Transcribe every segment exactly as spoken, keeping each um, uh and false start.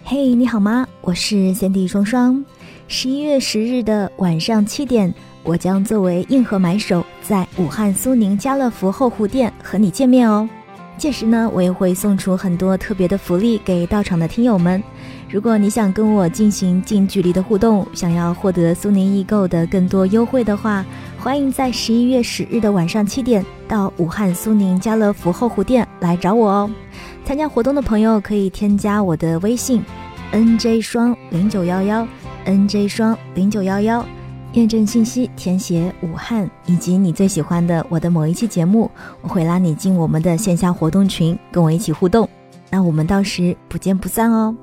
嘿、hey, 你好吗？我是三 D 双双。十一月十日的晚上七点，我将作为硬核买手，在武汉苏宁家乐福后湖店和你见面哦。届时呢，我也会送出很多特别的福利给到场的听友们。如果你想跟我进行近距离的互动，想要获得苏宁易购的更多优惠的话，欢迎在十一月十日的晚上七点到武汉苏宁家乐福后湖店来找我哦。参加活动的朋友可以添加我的微信 N J 双零九一一 N J 双零九一一，验证信息填写武汉以及你最喜欢的我的某一期节目，我会拉你进我们的线下活动群，跟我一起互动。那我们到时不见不散哦。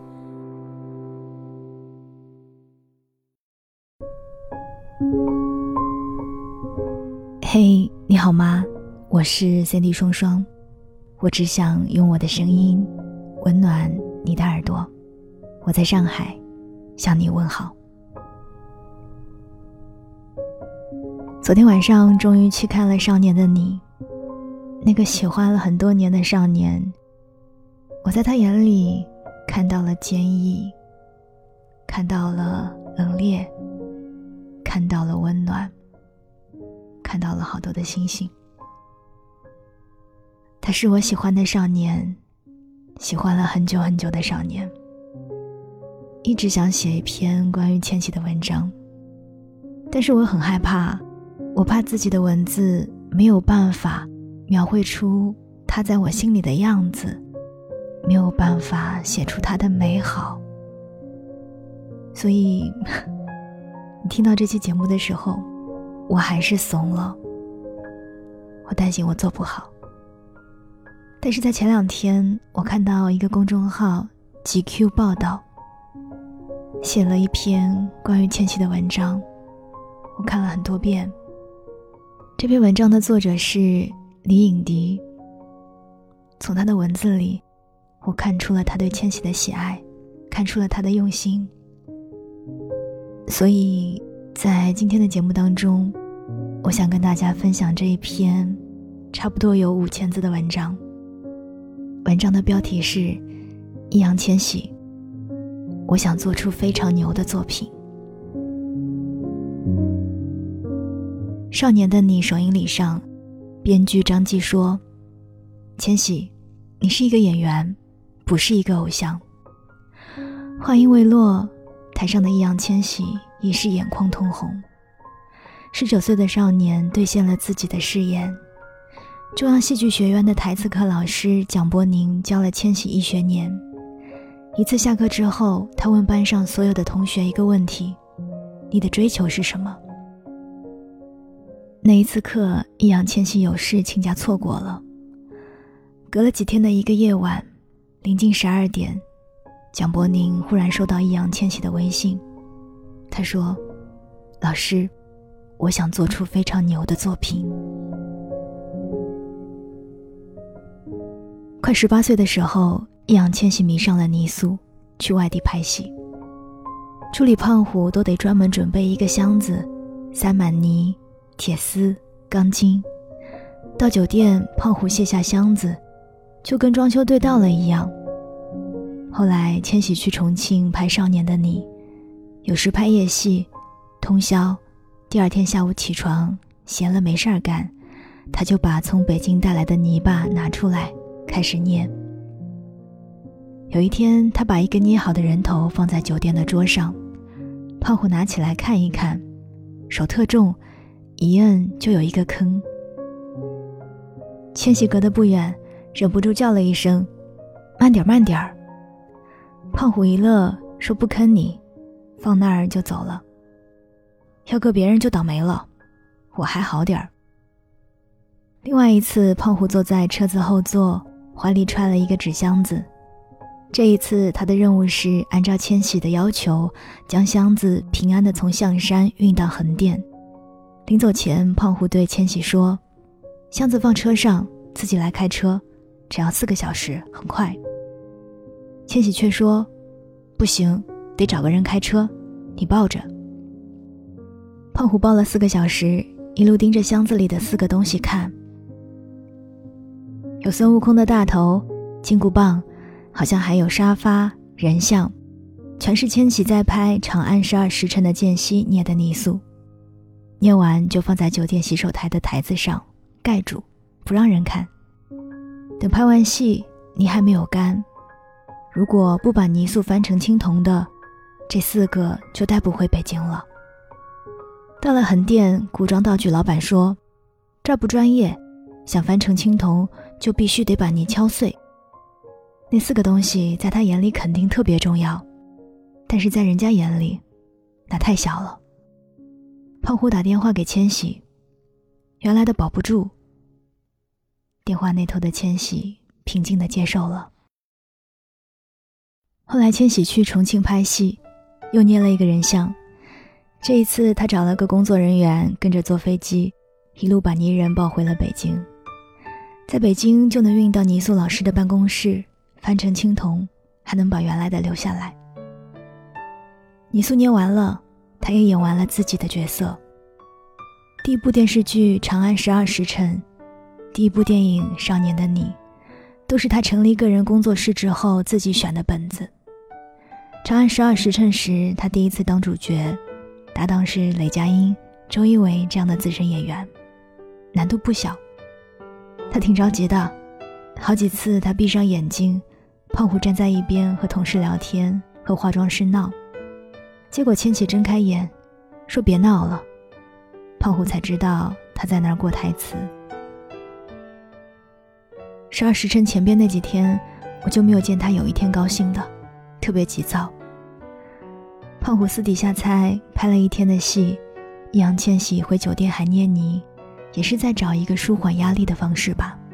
嘿、hey, 你好吗？我是 C D 双双，我只想用我的声音温暖你的耳朵。我在上海向你问好。昨天晚上终于去看了《少年的你》，那个喜欢了很多年的少年，我在他眼里看到了坚毅，看到了冷冽，看到了温暖，看到了好多的星星。他是我喜欢的少年，喜欢了很久很久的少年，一直想写一篇关于千玺的文章，但是我很害怕，我怕自己的文字没有办法描绘出他在我心里的样子，没有办法写出他的美好。所以你听到这期节目的时候，我还是怂了，我担心我做不好。但是在前两天，我看到一个公众号 G Q 报道，写了一篇关于千玺的文章，我看了很多遍。这篇文章的作者是李颖迪，从他的文字里，我看出了他对千玺的喜爱，看出了他的用心。所以在今天的节目当中，我想跟大家分享这一篇差不多有五千字的文章。文章的标题是易烊千玺，我想做出非常牛的作品。少年的你首映礼上，编剧张继说，千玺，你是一个演员，不是一个偶像。话音未落，台上的易烊千玺已是眼眶通红。十九岁的少年兑现了自己的誓言。中央戏剧学院的台词课老师蒋伯宁教了千玺一学年。一次下课之后，他问班上所有的同学一个问题：你的追求是什么？那一次课，易烊千玺有事请假错过了。隔了几天的一个夜晚，临近十二点，蒋伯宁忽然收到易烊千玺的微信，他说：老师，我想做出非常牛的作品。快十八岁的时候，易烊千玺迷上了泥塑，去外地拍戏。处理胖虎都得专门准备一个箱子，塞满泥、铁丝、钢筋。到酒店，胖虎卸下箱子，就跟装修队到了一样。后来千玺去重庆拍《少年的你》，有时拍夜戏，通宵，第二天下午起床，闲了没事儿干，他就把从北京带来的泥巴拿出来开始捏。有一天，他把一个捏好的人头放在酒店的桌上，胖虎拿起来看一看，手特重，一摁就有一个坑。千玺隔得不远，忍不住叫了一声：慢点慢点儿。胖虎一乐，说不坑你，放那儿就走了。要搁别人就倒霉了，我还好点儿。另外一次，胖虎坐在车子后座，怀里揣了一个纸箱子。这一次他的任务是按照千玺的要求，将箱子平安地从象山运到横店。临走前，胖虎对千玺说：箱子放车上，自己来开车，只要四个小时，很快。千玺却说：不行，得找个人开车，你抱着。胖虎抱了四个小时，一路盯着箱子里的四个东西看，有孙悟空的大头、金箍棒，好像还有沙发、人像， 全是千玺在拍《长安十二时辰》的间隙捏的泥塑，捏完就放在酒店洗手台的台子上盖住，不让人看。等拍完戏泥还没有干，如果不把泥塑翻成青铜的，这四个就带不回北京了。到了横店，古装道具老板说，这儿不专业，想翻成青铜就必须得把泥敲碎。那四个东西在他眼里肯定特别重要，但是在人家眼里那太小了。胖虎打电话给千玺，原来的保不住。电话那头的千玺平静地接受了。后来千玺去重庆拍戏，又捏了一个人像。这一次他找了个工作人员跟着坐飞机，一路把泥人抱回了北京。在北京就能运到泥塑老师的办公室，翻成青铜，还能把原来的留下来。泥塑捏完了，他也演完了自己的角色。第一部电视剧《长安十二时辰》，第一部电影《少年的你》，都是他成立个人工作室之后自己选的本子。长安十二时辰时，他第一次当主角，搭档是雷佳音、周一围这样的资深演员，难度不小。他挺着急的，好几次他闭上眼睛，胖虎站在一边和同事聊天，和化妆师闹。结果千玺睁开眼说别闹了，胖虎才知道他在那儿过台词。十二时辰前边那几天，我就没有见他有一天高兴的，特别急躁。胖虎私底下猜，拍了一天的戏，易烊千玺回酒店还捏泥，也是在找一个舒缓压力的方式吧。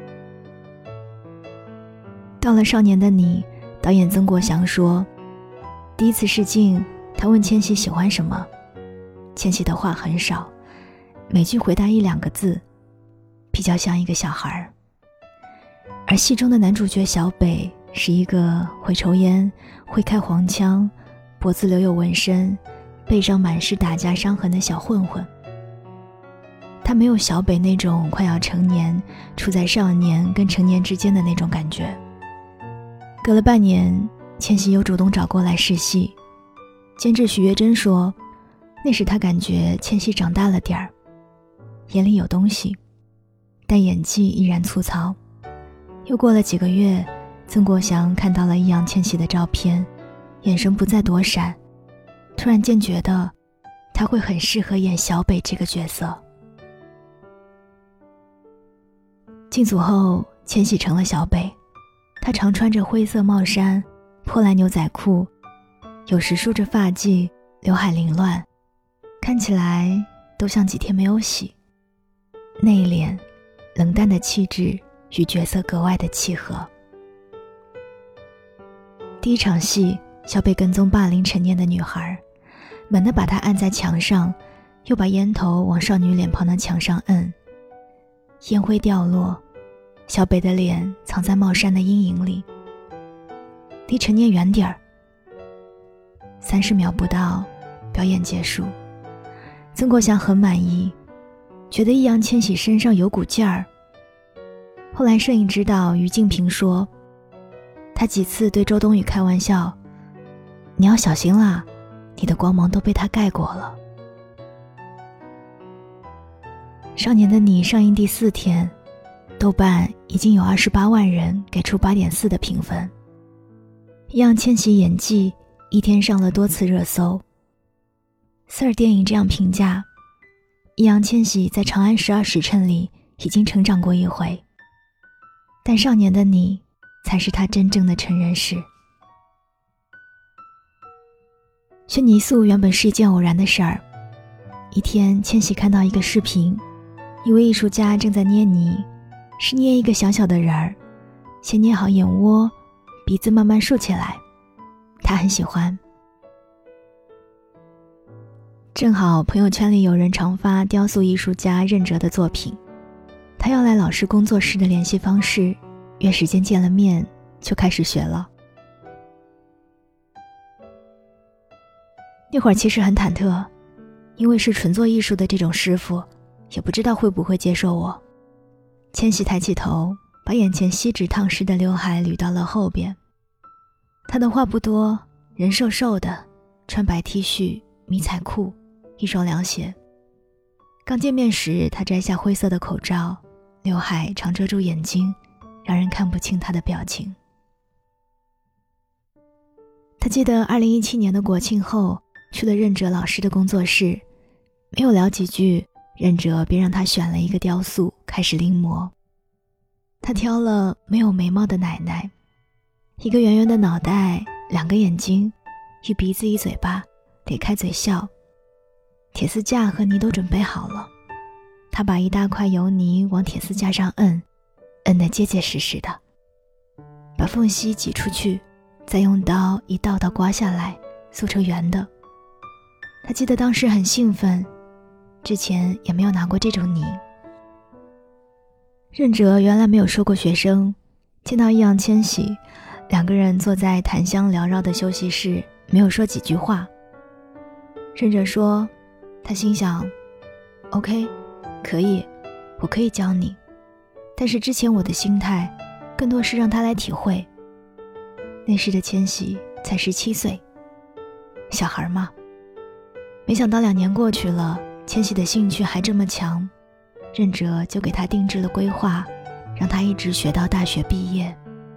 到了《少年的你》，导演曾国祥说，第一次试镜，他问千玺喜欢什么，千玺的话很少，每句回答一两个字，比较像一个小孩儿。而戏中的男主角小北是一个会抽烟、会开黄腔、脖子留有纹身、背上满是打架伤痕的小混混。他没有小北那种快要成年、处在少年跟成年之间的那种感觉。隔了半年，千玺又主动找过来试戏，监制许月珍说，那时他感觉千玺长大了点儿，眼里有东西，但演技依然粗糙。又过了几个月，曾国祥看到了易烊千玺的照片，眼神不再躲闪，突然间觉得他会很适合演小北这个角色。进组后，千玺成了小北，他常穿着灰色帽衫、破烂牛仔裤，有时梳着发髻，刘海凌乱，看起来都像几天没有洗。内敛冷淡的气质与角色格外的契合。第一场戏，小北跟踪霸凌陈念的女孩，猛地把她按在墙上，又把烟头往少女脸庞的墙上摁，烟灰掉落，小北的脸藏在帽衫的阴影里。离陈念远点儿。三十秒不到，表演结束。曾国祥很满意，觉得易烊千玺身上有股劲儿。后来摄影指导于静平说，他几次对周冬雨开玩笑，你要小心啦，你的光芒都被他盖过了。少年的你上映第四天，豆瓣已经有二十八万人给出 八点四 的评分。易烊千玺演技一天上了多次热搜。Sir 电影这样评价，易烊千玺在《长安十二时辰》里已经成长过一回，但少年的你才是他真正的成人式。学泥塑原本是一件偶然的事儿。一天，千玺看到一个视频，一位艺术家正在捏泥，是捏一个小小的人儿，先捏好眼窝，鼻子慢慢竖起来，他很喜欢。正好朋友圈里有人常发雕塑艺术家任哲的作品，他要来老师工作室的联系方式，约时间见了面，就开始学了。那会儿其实很忐忑，因为是纯做艺术的这种师傅，也不知道会不会接受我。千玺抬起头，把眼前锡纸烫湿的刘海捋到了后边。他的话不多， 人瘦瘦的，穿白 T 恤、迷彩裤，一双凉鞋。刚见面时，他摘下灰色的口罩，刘海常遮住眼睛，让人看不清他的表情。他记得二零一七年的国庆后，去了任哲老师的工作室，没有聊几句，任哲便让他选了一个雕塑，开始临摹。他挑了没有眉毛的奶奶，一个圆圆的脑袋，两个眼睛，一鼻子一嘴巴，咧开嘴笑。铁丝架和泥都准备好了，他把一大块油泥往铁丝架上摁，摁得结结实实的，把缝隙挤出去，再用刀一道道刮下来，塑成圆的。他记得当时很兴奋，之前也没有拿过这种泥。任哲原来没有收过学生，见到易烊千玺，两个人坐在檀香缭绕的休息室，没有说几句话。任哲说，他心想 OK， 可以，我可以教你，但是之前我的心态更多是让他来体会。那时的千玺才十七岁，小孩嘛。没想到两年过去了，千玺的兴趣还这么强，任哲就给他定制了规划，让他一直学到大学毕业。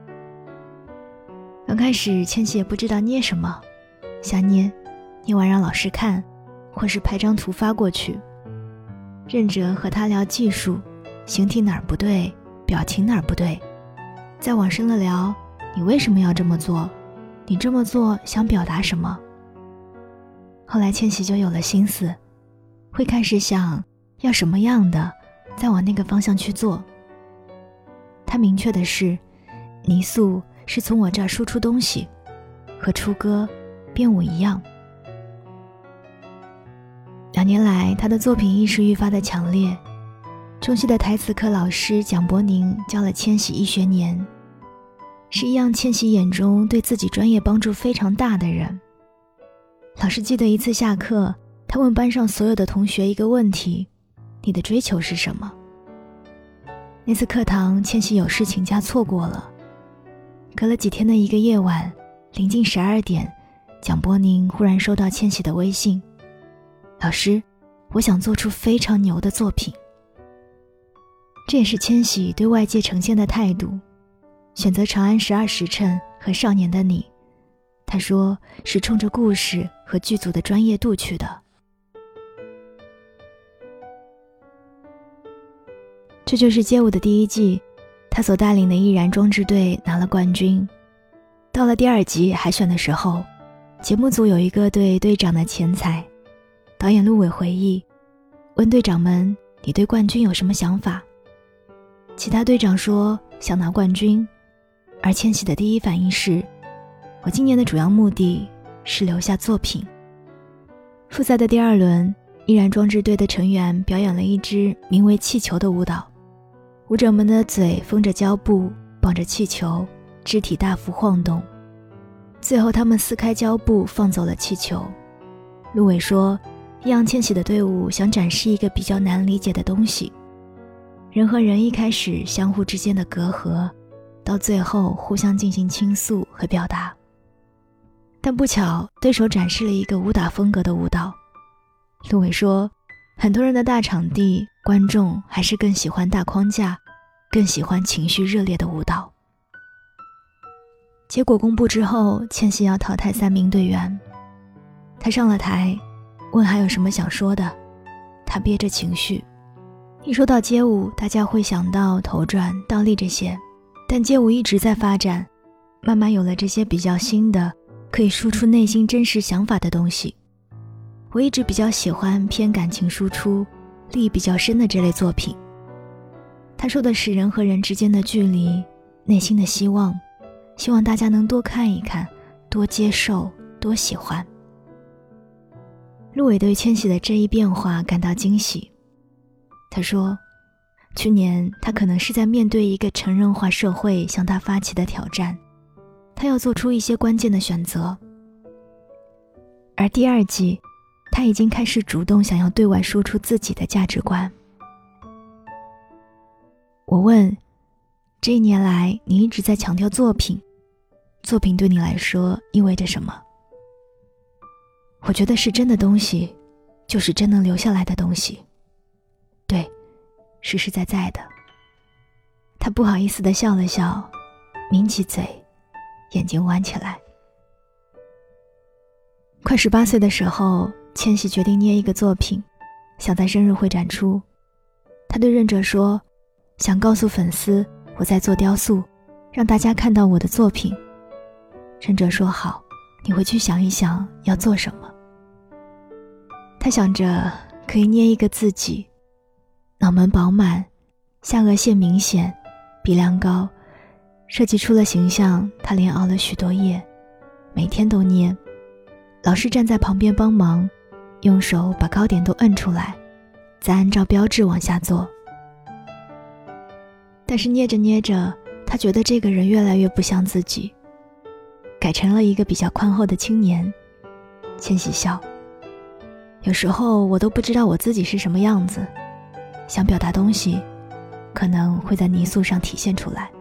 刚开始千玺也不知道捏什么，瞎捏，捏完让老师看，或是拍张图发过去。任哲和他聊技术，形体哪儿不对，表情哪儿不对，再往深了聊，你为什么要这么做，你这么做想表达什么。后来千玺就有了心思，会开始想要什么样的，再往那个方向去做。他明确的是，泥塑是从我这儿输出东西，和出歌编舞一样。两年来，他的作品意识愈发的强烈。中戏的台词课老师蒋伯宁教了千玺一学年，是易烊千玺眼中对自己专业帮助非常大的人。老师记得一次下课，他问班上所有的同学一个问题，你的追求是什么？那次课堂，千玺有事请假错过了。隔了几天的一个夜晚，临近十二点，蒋伯宁忽然收到千玺的微信，老师，我想做出非常牛的作品。这也是千玺对外界呈现的态度，选择长安十二时辰和少年的你，他说是冲着故事和剧组的专业度去的。这就是街舞的第一季，他所带领的艺然装置队拿了冠军。到了第二集海选的时候，节目组有一个对队长的前采，导演陆伟回忆，问队长们，你对冠军有什么想法？其他队长说想拿冠军，而千玺的第一反应是，我今年的主要目的是留下作品。复赛的第二轮，艺然装置队的成员表演了一支名为气球的舞蹈，舞者们的嘴封着胶布，绑着气球，肢体大幅晃动。最后他们撕开胶布，放走了气球。陆伟说，易烊千玺的队伍想展示一个比较难理解的东西，人和人一开始相互之间的隔阂，到最后互相进行倾诉和表达。但不巧，对手展示了一个武打风格的舞蹈。陆伟说，很多人的大场地，观众还是更喜欢大框架，更喜欢情绪热烈的舞蹈。结果公布之后，千玺要淘汰三名队员。他上了台，问还有什么想说的，他憋着情绪。一说到街舞，大家会想到头转、倒立这些，但街舞一直在发展，慢慢有了这些比较新的，可以输出内心真实想法的东西。我一直比较喜欢偏感情输出、力比较深的这类作品。他说的是人和人之间的距离，内心的希望，希望大家能多看一看，多接受，多喜欢。陆伟对千玺的这一变化感到惊喜。他说，去年他可能是在面对一个成人化社会向他发起的挑战，他要做出一些关键的选择。而第二季，他已经开始主动想要对外输出自己的价值观。我问，这一年来你一直在强调作品，作品对你来说意味着什么？ 我觉得是真的东西，就是真能留下来的东西。对，实实在在的。他不好意思地笑了笑，抿起嘴，眼睛弯起来。快十八岁的时候，千玺决定捏一个作品，想在生日会展出。他对任哲说，想告诉粉丝我在做雕塑，让大家看到我的作品。任哲说好，你回去想一想要做什么。他想着可以捏一个自己，脑门饱满，下颚线明显，鼻梁高，设计出了形象。他连熬了许多夜，每天都捏，老师站在旁边帮忙，用手把高点都摁出来，再按照标志往下做。但是捏着捏着，他觉得这个人越来越不像自己，改成了一个比较宽厚的青年。千玺笑，有时候我都不知道我自己是什么样子，想表达东西，可能会在泥塑上体现出来。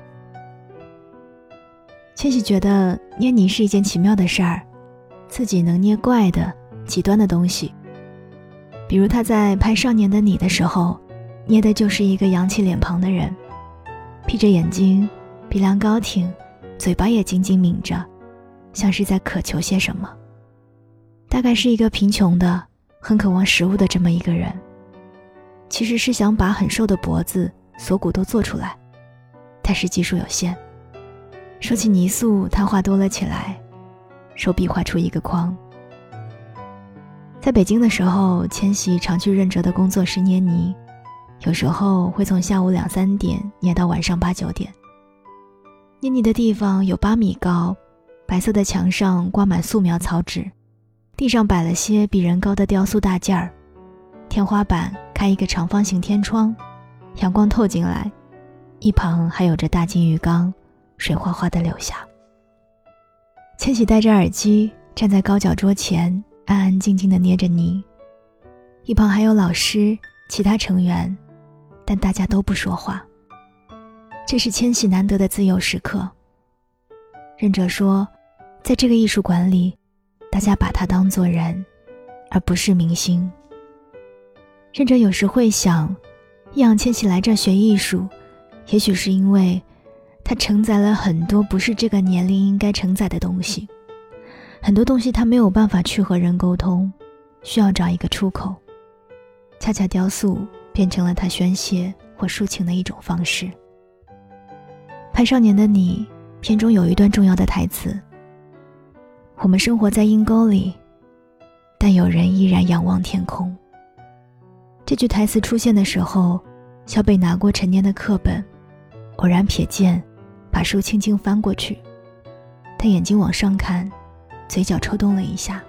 千玺觉得捏泥是一件奇妙的事儿，自己能捏怪的、极端的东西。比如他在拍《少年的你》的时候，捏的就是一个扬起脸庞的人，闭着眼睛，鼻梁高挺，嘴巴也紧紧抿着，像是在渴求些什么。大概是一个贫穷的、很渴望食物的这么一个人，其实是想把很瘦的脖子、锁骨都做出来，但是技术有限。说起泥塑，他话多了起来，手笔画出一个框。在北京的时候，千玺常去任哲的工作室捏泥，有时候会从下午两三点捏到晚上八九点。捏泥的地方有八米高，白色的墙上挂满素描草纸，地上摆了些比人高的雕塑大件儿，天花板开一个长方形天窗，阳光透进来，一旁还有着大金鱼缸，水哗哗地流下。千玺戴着耳机站在高脚桌前，安安静静地捏着泥，一旁还有老师、其他成员，但大家都不说话。这是千玺难得的自由时刻。任哲说，在这个艺术馆里，大家把他当作人，而不是明星。任哲有时会想，易烊千玺来这学艺术，也许是因为他承载了很多不是这个年龄应该承载的东西，很多东西他没有办法去和人沟通，需要找一个出口。恰恰雕塑变成了他宣泄或抒情的一种方式。拍《少年的你》片中有一段重要的台词，我们生活在阴沟里，但有人依然仰望天空。这句台词出现的时候，小北拿过陈年的课本，偶然瞥见，把书轻轻翻过去，他眼睛往上看，嘴角抽动了一下。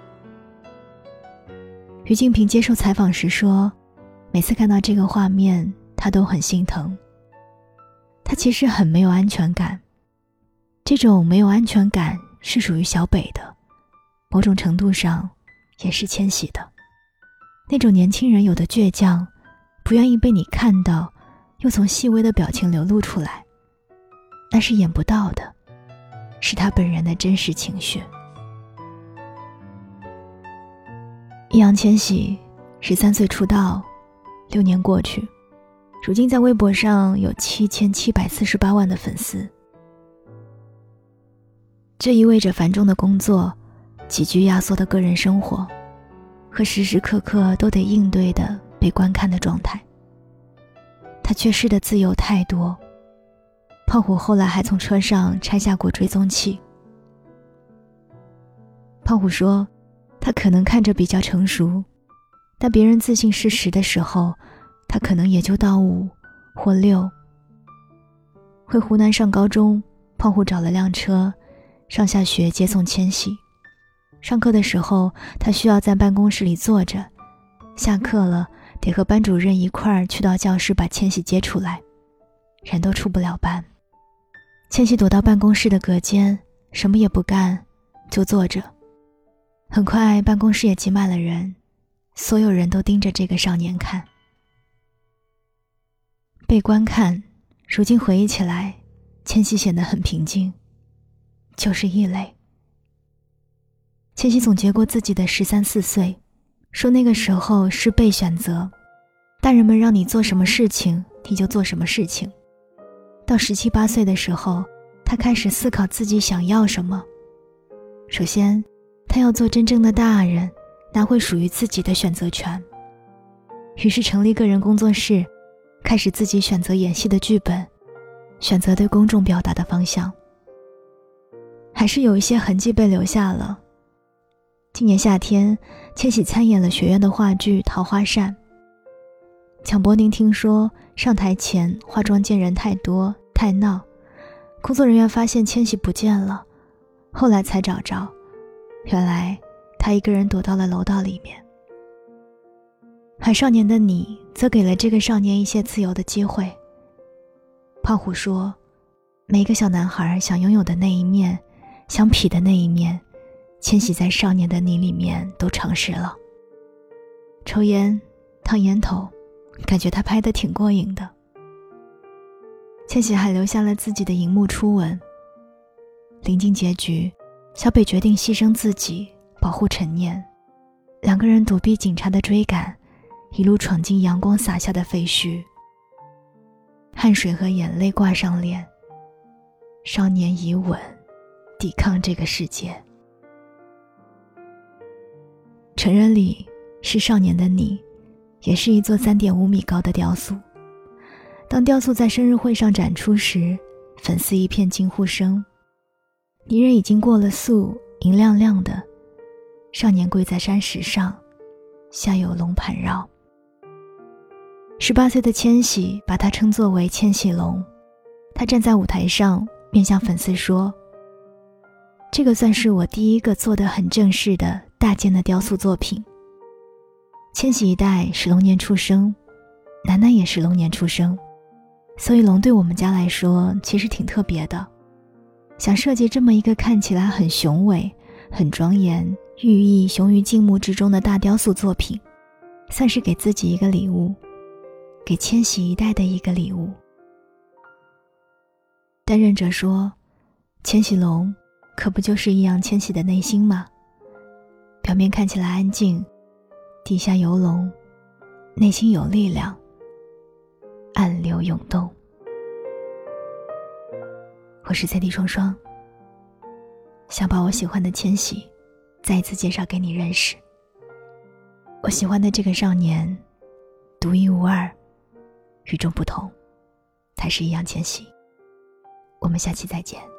于静平接受采访时说，每次看到这个画面，他都很心疼。他其实很没有安全感，这种没有安全感是属于小北的，某种程度上也是千玺的。那种年轻人有的倔强，不愿意被你看到，又从细微的表情流露出来，那是演不到的，是他本人的真实情绪。易烊千玺十三岁出道，六年过去，如今在微博上有七千七百四十八万的粉丝。这意味着繁重的工作、急剧压缩的个人生活和时时刻刻都得应对的被观看的状态。他缺失的自由太多，胖虎后来还从车上拆下过追踪器。胖虎说，他可能看着比较成熟，但别人自信是十的时候，他可能也就到五或六。回湖南上高中，胖虎找了辆车，上下学接送千玺。上课的时候，他需要在办公室里坐着，下课了得和班主任一块儿去到教室把千玺接出来，人都出不了班。千玺躲到办公室的隔间，什么也不干，就坐着。很快办公室也挤满了人，所有人都盯着这个少年看。被观看，如今回忆起来，千玺显得很平静，就是异类。千千玺总结过自己的十三四岁，说那个时候是被选择，大人们让你做什么事情你就做什么事情。到十七八岁的时候，他开始思考自己想要什么。首先，他要做真正的大人，拿回属于自己的选择权。于是成立个人工作室，开始自己选择演戏的剧本，选择对公众表达的方向。还是有一些痕迹被留下了。今年夏天，千玺参演了学院的话剧《桃花扇》。蒋柏宁听说上台前化妆间人太多太闹，工作人员发现千玺不见了，后来才找着，原来他一个人躲到了楼道里面。海少年的你则给了这个少年一些自由的机会。胖虎说，每一个小男孩想拥有的那一面，想痞的那一面，千玺在少年的你里面都尝试了。抽烟烫烟头，感觉他拍得挺过瘾的。千玺还留下了自己的荧幕初吻。临近结局，小北决定牺牲自己保护陈念，两个人躲避警察的追赶，一路闯进阳光洒下的废墟。汗水和眼泪挂上脸，少年以吻抵抗这个世界。成人礼是少年的你，也是一座 三点五米高的雕塑。当雕塑在生日会上展出时，粉丝一片惊呼声。泥人已经过了塑，银亮亮的，少年跪在山石上，下有龙盘绕。十八岁的千玺把他称作为千玺龙。他站在舞台上，面向粉丝说，这个算是我第一个做得很正式的大件的雕塑作品。千玺一代是龙年出生，楠楠也是龙年出生，所以龙对我们家来说其实挺特别的。想设计这么一个看起来很雄伟很庄严，寓意雄于静穆之中的大雕塑作品，算是给自己一个礼物，给千玺一代的一个礼物。担任者说，千玺龙可不就是易烊千玺的内心吗？表面看起来安静，底下有龙，内心有力量，暗流涌动。我是 C D 双双，想把我喜欢的千玺再一次介绍给你认识。我喜欢的这个少年独一无二，与众不同，他是易烊千玺。我们下期再见。